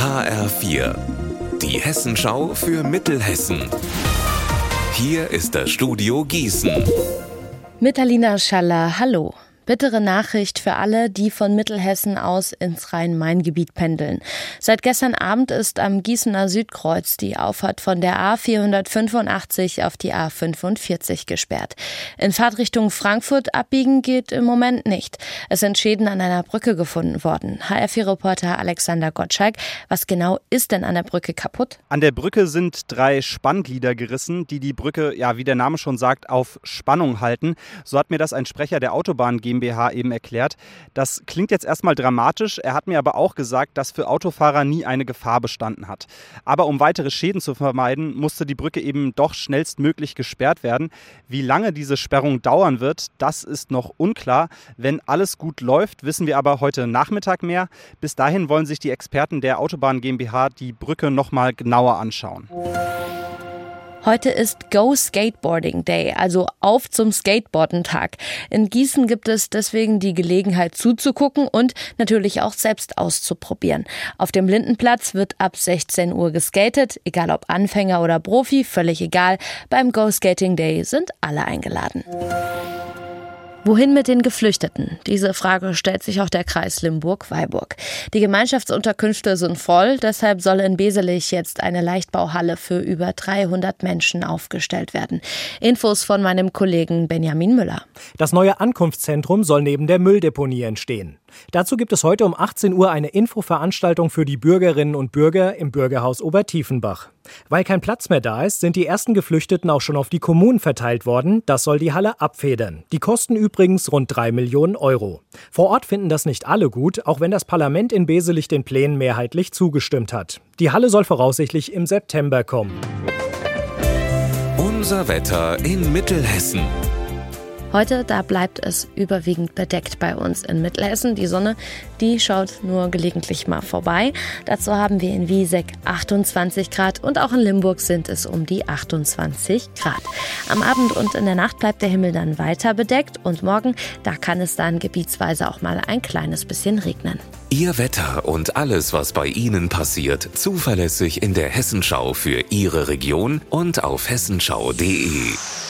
HR4, die Hessenschau für Mittelhessen. Hier ist das Studio Gießen. Mit Alina Schaller, hallo. Bittere Nachricht für alle, die von Mittelhessen aus ins Rhein-Main-Gebiet pendeln. Seit gestern Abend ist am Gießener Südkreuz die Auffahrt von der A485 auf die A45 gesperrt. In Fahrtrichtung Frankfurt abbiegen geht im Moment nicht. Es sind Schäden an einer Brücke gefunden worden. HR4-Reporter Alexander Gottschalk, was genau ist denn an der Brücke kaputt? An der Brücke sind 3 Spannglieder gerissen, die die Brücke, wie der Name schon sagt, auf Spannung halten. So hat mir das ein Sprecher der Autobahn GmbH eben erklärt. Das klingt jetzt erstmal dramatisch. Er hat mir aber auch gesagt, dass für Autofahrer nie eine Gefahr bestanden hat. Aber um weitere Schäden zu vermeiden, musste die Brücke eben doch schnellstmöglich gesperrt werden. Wie lange diese Sperrung dauern wird, das ist noch unklar. Wenn alles gut läuft, wissen wir aber heute Nachmittag mehr. Bis dahin wollen sich die Experten der Autobahn GmbH die Brücke nochmal genauer anschauen. Heute ist Go Skateboarding Day, also auf zum Skateboarden-Tag. In Gießen gibt es deswegen die Gelegenheit zuzugucken und natürlich auch selbst auszuprobieren. Auf dem Lindenplatz wird ab 16 Uhr geskatet, egal ob Anfänger oder Profi, völlig egal. Beim Go Skating Day sind alle eingeladen. Wohin mit den Geflüchteten? Diese Frage stellt sich auch der Kreis Limburg-Weilburg. Die Gemeinschaftsunterkünfte sind voll, deshalb soll in Beselich jetzt eine Leichtbauhalle für über 300 Menschen aufgestellt werden. Infos von meinem Kollegen Benjamin Müller. Das neue Ankunftszentrum soll neben der Mülldeponie entstehen. Dazu gibt es heute um 18 Uhr eine Infoveranstaltung für die Bürgerinnen und Bürger im Bürgerhaus Obertiefenbach. Weil kein Platz mehr da ist, sind die ersten Geflüchteten auch schon auf die Kommunen verteilt worden. Das soll die Halle abfedern. Die kosten übrigens rund 3 Millionen Euro. Vor Ort finden das nicht alle gut, auch wenn das Parlament in Beselich den Plänen mehrheitlich zugestimmt hat. Die Halle soll voraussichtlich im September kommen. Unser Wetter in Mittelhessen. Heute, da bleibt es überwiegend bedeckt bei uns in Mittelhessen. Die Sonne, die schaut nur gelegentlich mal vorbei. Dazu haben wir in Wieseck 28 Grad und auch in Limburg sind es um die 28 Grad. Am Abend und in der Nacht bleibt der Himmel dann weiter bedeckt und morgen, da kann es dann gebietsweise auch mal ein kleines bisschen regnen. Ihr Wetter und alles, was bei Ihnen passiert, zuverlässig in der Hessenschau für Ihre Region und auf hessenschau.de.